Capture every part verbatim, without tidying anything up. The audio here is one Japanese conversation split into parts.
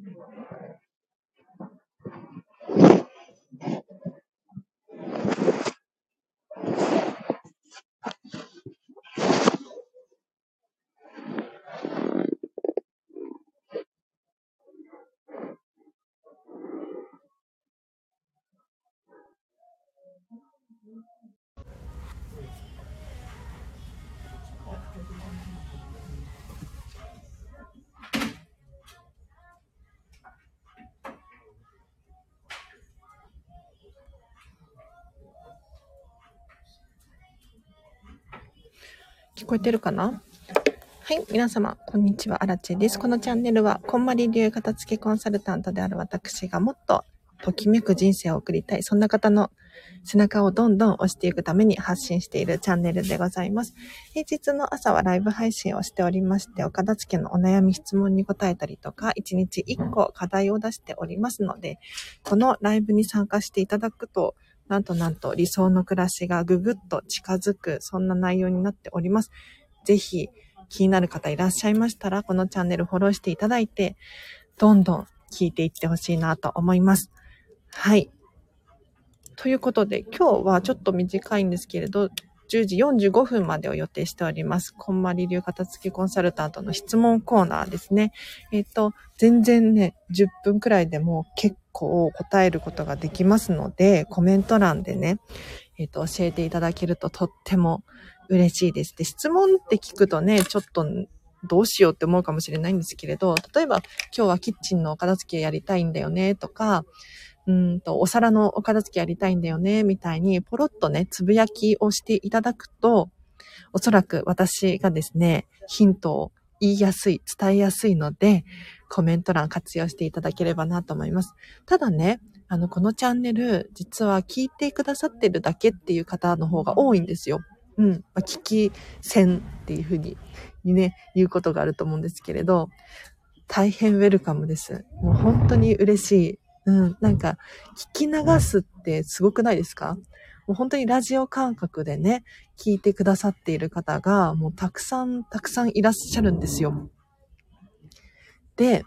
聞こえてるかな？はい、皆様、こんにちは、アラチェです。このチャンネルは、こんまり流片付けコンサルタントである私がもっとときめく人生を送りたい、そんな方の背中をどんどん押していくために発信しているチャンネルでございます。平日の朝はライブ配信をしておりまして、お片付けのお悩み質問に答えたりとか、いちにちいっこ課題を出しておりますので、このライブに参加していただくと、なんとなんと理想の暮らしがぐぐっと近づく、そんな内容になっております。ぜひ気になる方いらっしゃいましたら、このチャンネルフォローしていただいて、どんどん聞いていってほしいなと思います。はい。ということで、今日はちょっと短いんですけれど、じゅうじよんじゅうごふんまでを予定しております。こんまり流片付けコンサルタントの質問コーナーですね。えっと、全然ね、じゅっぷんくらいでも結構答えることができますので、コメント欄でね、えっと、教えていただけるととっても嬉しいです。で、質問って聞くとね、ちょっとどうしようって思うかもしれないんですけれど、例えば今日はキッチンのお片付けやりたいんだよねとか、うんと、お皿のお片付けやりたいんだよね、みたいに、ポロッとね、つぶやきをしていただくと、おそらく私がですね、ヒントを言いやすい、伝えやすいので、コメント欄活用していただければなと思います。ただね、あの、このチャンネル、実は聞いてくださってるだけっていう方の方が多いんですよ。うん。まあ、聞き戦っていうふうに、ね、言うことがあると思うんですけれど、大変ウェルカムです。もう本当に嬉しい。うん、なんか、聞き流すってすごくないですか？もう本当にラジオ感覚でね、聞いてくださっている方が、もうたくさん、たくさんいらっしゃるんですよ。で、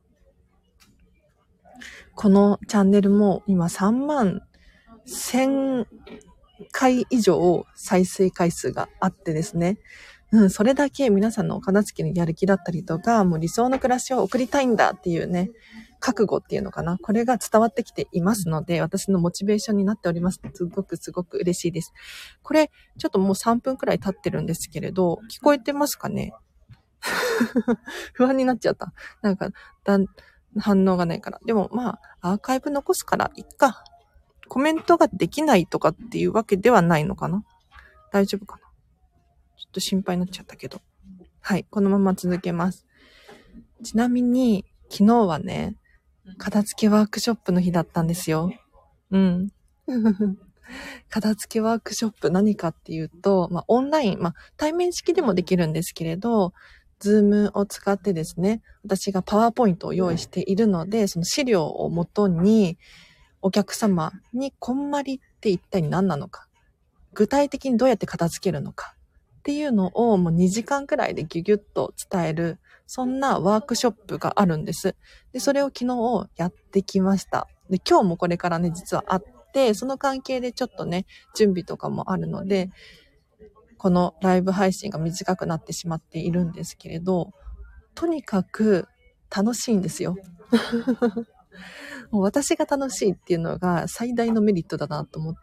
このチャンネルも今さんまんせんかい以上再生回数があってですね、うん、それだけ皆さんのお片付けにやる気だったりとか、もう理想の暮らしを送りたいんだっていうね、覚悟っていうのかな。これが伝わってきていますので、私のモチベーションになっております。すごくすごく嬉しいです。これ、ちょっともうさんぷんくらい経ってるんですけれど、聞こえてますかね？不安になっちゃった。なんか、だん、反応がないから。でもまあ、アーカイブ残すから、いっか。コメントができないとかっていうわけではないのかな？大丈夫かな？ちょっと心配になっちゃったけど。はい、このまま続けます。ちなみに、昨日はね、片付けワークショップの日だったんですよ。うん。片付けワークショップ何かっていうと、まあ、オンライン、まあ、対面式でもできるんですけれど、ズームを使ってですね、私がパワーポイントを用意しているので、その資料をもとに、お客様にこんまりって一体何なのか、具体的にどうやって片付けるのかっていうのをもうにじかんくらいでギュギュッと伝える、そんなワークショップがあるんです。で、それを昨日やってきました。で、今日もこれからね、実はあって、その関係でちょっとね、準備とかもあるので、このライブ配信が短くなってしまっているんですけれど、とにかく楽しいんですよ。もう私が楽しいっていうのが最大のメリットだなと思って、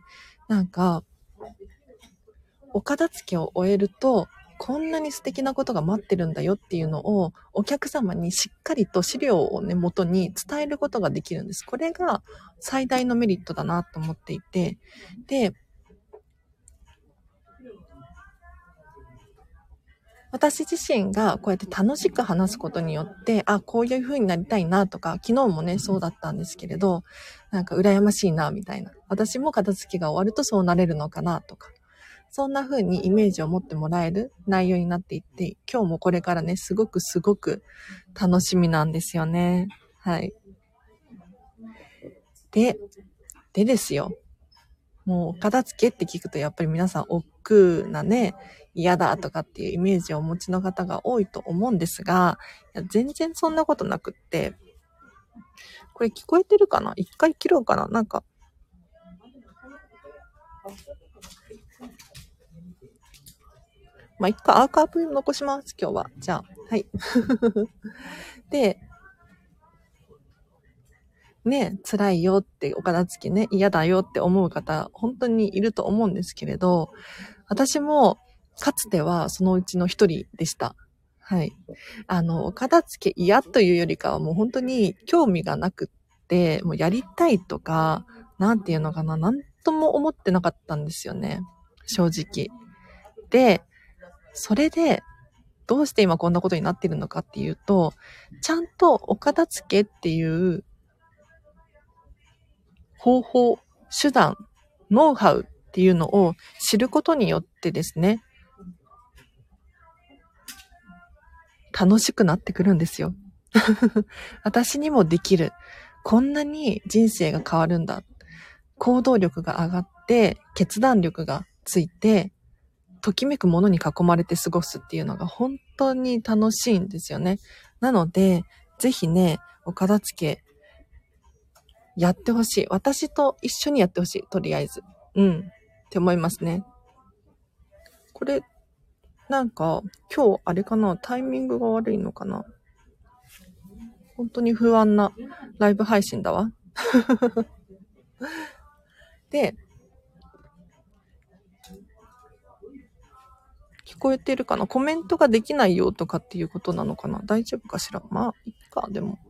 なんか、お片付けを終えると、こんなに素敵なことが待ってるんだよっていうのをお客様にしっかりと資料をね、元に伝えることができるんです。これが最大のメリットだなと思っていて、で、私自身がこうやって楽しく話すことによって、あ、こういう風になりたいなとか、昨日もね、そうだったんですけれど、なんか羨ましいなみたいな。私も片付けが終わるとそうなれるのかなとか。そんな風にイメージを持ってもらえる内容になっていって、今日もこれからね、すごくすごく楽しみなんですよね。はい。で、でですよ。もう片付けって聞くとやっぱり皆さん億劫なね、嫌だとかっていうイメージをお持ちの方が多いと思うんですが、いや全然そんなことなくって、 これ聞こえてるかな？一回切ろうかな？なんか。まあ、一回アーカイブ残します、今日は。じゃあ、はい。で、ね、辛いよってお片付けね、嫌だよって思う方、本当にいると思うんですけれど、私もかつてはそのうちの一人でした。はい。あの、お片付け嫌というよりかはもう本当に興味がなくって、もうやりたいとか、なんていうのかな、なんとも思ってなかったんですよね。正直。で、それで、どうして今こんなことになってるのかっていうと、ちゃんとお片付けっていう方法、手段、ノウハウっていうのを知ることによってですね、楽しくなってくるんですよ。私にもできる。こんなに人生が変わるんだ。行動力が上がって、決断力がついて、ときめくものに囲まれて過ごすっていうのが本当に楽しいんですよね。なので、ぜひね、お片付けやってほしい。私と一緒にやってほしい。とりあえず。うん。って思いますね。これ、なんか、今日あれかな、タイミングが悪いのかな。本当に不安なライブ配信だわ。で、聞こえてるかな？コメントができないよとかっていうことなのかな？大丈夫かしら？まあ、いっか、でも。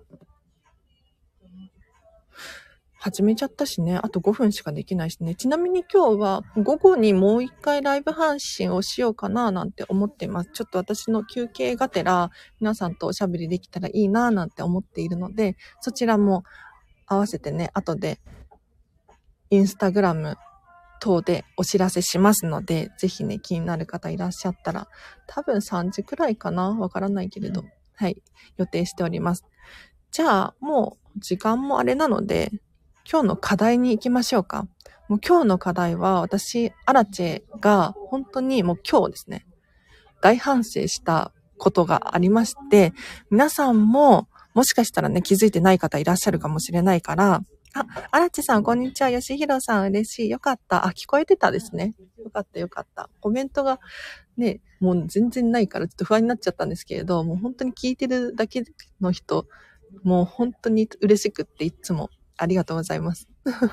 始めちゃったしね。あとごふんしかできないしね。ちなみに今日は午後にもう一回ライブ配信をしようかななんて思っています。ちょっと私の休憩がてら皆さんとおしゃべりできたらいいななんて思っているので、そちらも合わせてね、後でインスタグラム等でお知らせしますので、ぜひね、気になる方いらっしゃったら、多分さんじくらいかな？わからないけれど、はい、予定しております。じゃあ、もう時間もあれなので、今日の課題に行きましょうか。もう今日の課題は、私、アラチェが本当にもう今日ですね、大反省したことがありまして、皆さんももしかしたらね、気づいてない方いらっしゃるかもしれないから、あ、アラチェさん、こんにちは。よしひろさん、嬉しい。よかった。あ、聞こえてたですね。よかった、よかった。コメントがね、もう全然ないからちょっと不安になっちゃったんですけれど、もう本当に聞いてるだけの人、もう本当に嬉しくっていつもありがとうございます。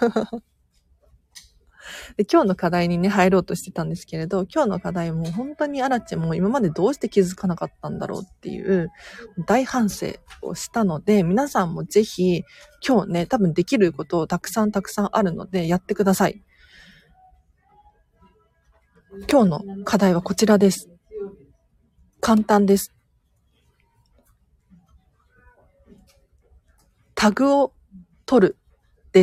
で今日の課題にね、入ろうとしてたんですけれど、今日の課題も本当にアラチェも今までどうして気づかなかったんだろうっていう大反省をしたので、皆さんもぜひ今日ね、多分できることたくさんたくさんあるのでやってください。今日の課題はこちらです。簡単です。タグを取るです。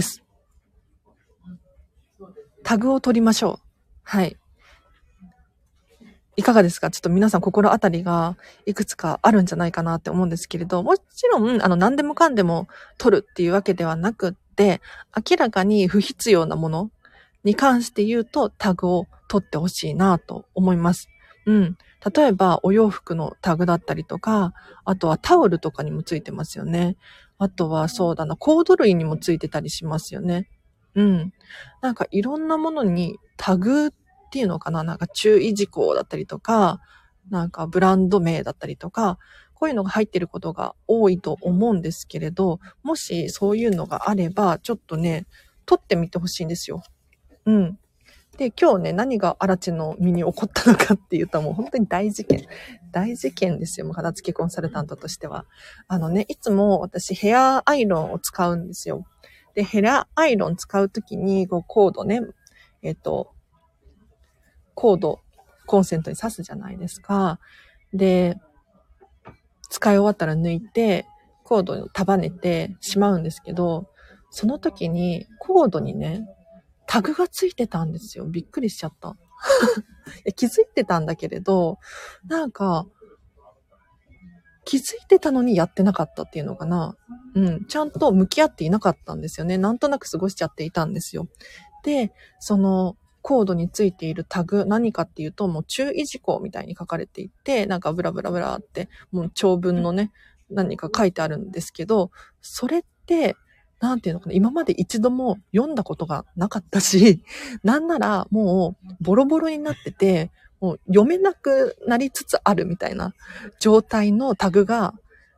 タグを取りましょう。はい。いかがですか？ちょっと皆さん心当たりがいくつかあるんじゃないかなって思うんですけれど、もちろん、あの、何でもかんでも取るっていうわけではなくって、明らかに不必要なものに関して言うとタグを取ってほしいなと思います。うん。例えば、お洋服のタグだったりとか、あとはタオルとかにもついてますよね。あとは、そうだな、コード類にもついてたりしますよね。うん。なんかいろんなものにタグっていうのかな、なんか注意事項だったりとか、なんかブランド名だったりとか、こういうのが入ってることが多いと思うんですけれど、もしそういうのがあれば、ちょっとね、取ってみてほしいんですよ。うん。で、今日ね、何がアラチェの身に起こったのかっていうと、もう本当に大事件。大事件ですよ、もう片付けコンサルタントとしては。あのね、いつも私ヘアアイロンを使うんですよ。で、ヘアアイロン使うときに、こうコードね、えっと、コード、コンセントに挿すじゃないですか。で、使い終わったら抜いて、コードを束ねてしまうんですけど、その時にコードにね、タグがついてたんですよ。びっくりしちゃった。気づいてたんだけれど、なんか、気づいてたのにやってなかったっていうのかな。うん。ちゃんと向き合っていなかったんですよね。なんとなく過ごしちゃっていたんですよ。で、そのコードについているタグ、何かっていうと、もう注意事項みたいに書かれていて、なんかブラブラブラって、もう長文のね、何か書いてあるんですけど、それっ 、なんていうのかな、今まで一度も読んだことがなかったし、なんならもうボロボロになってて、もう読めなくなりつつあるみたいな状態のタグが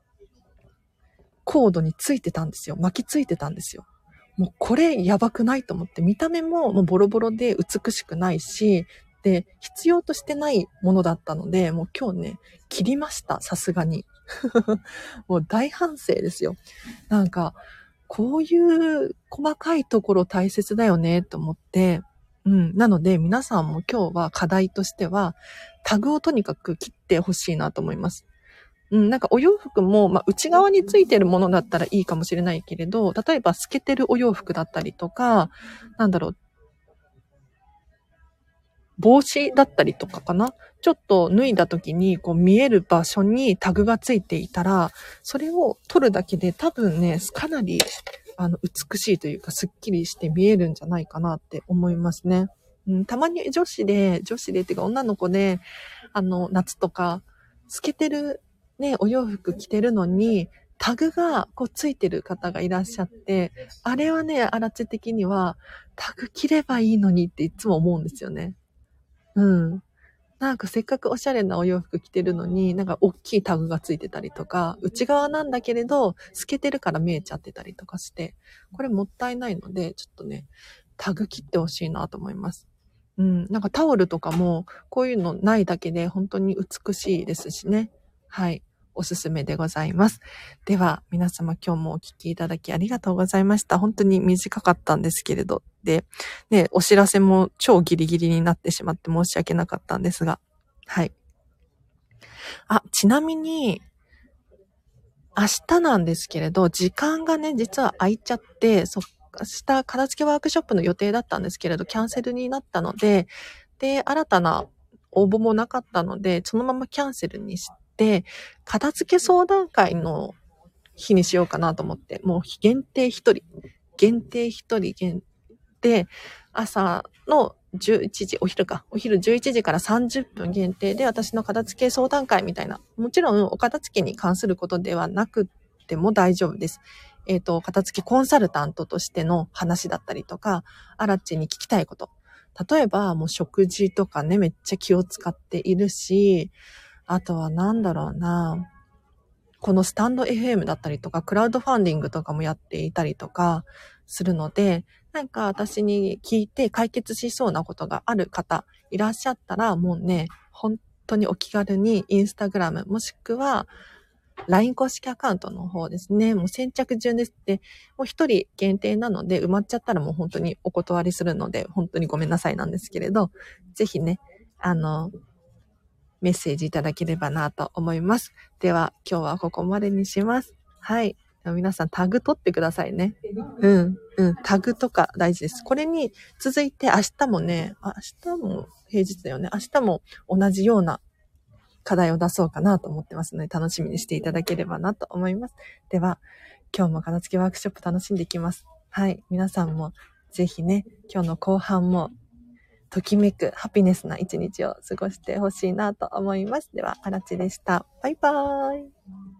コードについてたんですよ。巻きついてたんですよ。もうこれやばくないと思って、見た目ももうボロボロで美しくないし、で、必要としてないものだったので、もう今日ね、切りました。さすがに。もう大反省ですよ。なんか、こういう細かいところ大切だよねと思って、うん。なので皆さんも今日は課題としてはタグをとにかく切ってほしいなと思います。うん。なんかお洋服も、まあ、内側についてるものだったらいいかもしれないけれど、例えば透けてるお洋服だったりとか、なんだろう、帽子だったりとかかな。ちょっと脱いだ時にこう見える場所にタグがついていたら、それを取るだけで多分ね、かなりあの美しいというかスッキリして見えるんじゃないかなって思いますね。うん、たまに女子で、女子でっていうか女の子で、あの夏とか透けてるね、お洋服着てるのに、タグがこうついてる方がいらっしゃって、あれはね、アラチェ的にはタグ切ればいいのにっていつも思うんですよね。うん。なんかせっかくおしゃれなお洋服着てるのに、なんか大きいタグがついてたりとか、内側なんだけれど、透けてるから見えちゃってたりとかして、これもったいないので、ちょっとね、タグ切ってほしいなと思います。うん。なんかタオルとかも、こういうのないだけで本当に美しいですしね。はい。おすすめでございます。では、皆様今日もお聞きいただきありがとうございました。本当に短かったんですけれど。で、ね、お知らせも超ギリギリになってしまって申し訳なかったんですが。はい。あ、ちなみに、明日なんですけれど、時間がね、実は空いちゃって、そ、明日片付けワークショップの予定だったんですけれど、キャンセルになったので、で、新たな応募もなかったので、そのままキャンセルにして、片付け相談会の日にしようかなと思って、もう限定一人、限定一人限定、朝のじゅういちじ、お昼か、お昼じゅういちじからさんじゅっぷん限定で私の片付け相談会みたいな、もちろんお片付けに関することではなくても大丈夫です。えっと、片付けコンサルタントとしての話だったりとか、アラッチに聞きたいこと。例えば、もう食事とかね、めっちゃ気を使っているし、あとはなんだろうな、このスタンド エフエム だったりとか、クラウドファンディングとかもやっていたりとかするので、なんか私に聞いて解決しそうなことがある方いらっしゃったら、もうね、本当にお気軽にインスタグラムもしくは ライン 公式アカウントの方ですね、もう先着順ですって、もう一人限定なので埋まっちゃったらもう本当にお断りするので、本当にごめんなさいなんですけれど、ぜひね、あの、メッセージいただければなと思います。では、今日はここまでにします。はい。でも皆さんタグ取ってくださいね。うん。うん。タグとか大事です。これに続いて明日もね、明日も平日だよね。明日も同じような課題を出そうかなと思ってますので、楽しみにしていただければなと思います。では、今日も片付けワークショップ楽しんでいきます。はい。皆さんもぜひね、今日の後半もときめくハピネスな一日を過ごしてほしいなと思います。では、あらちでした。バイバーイ。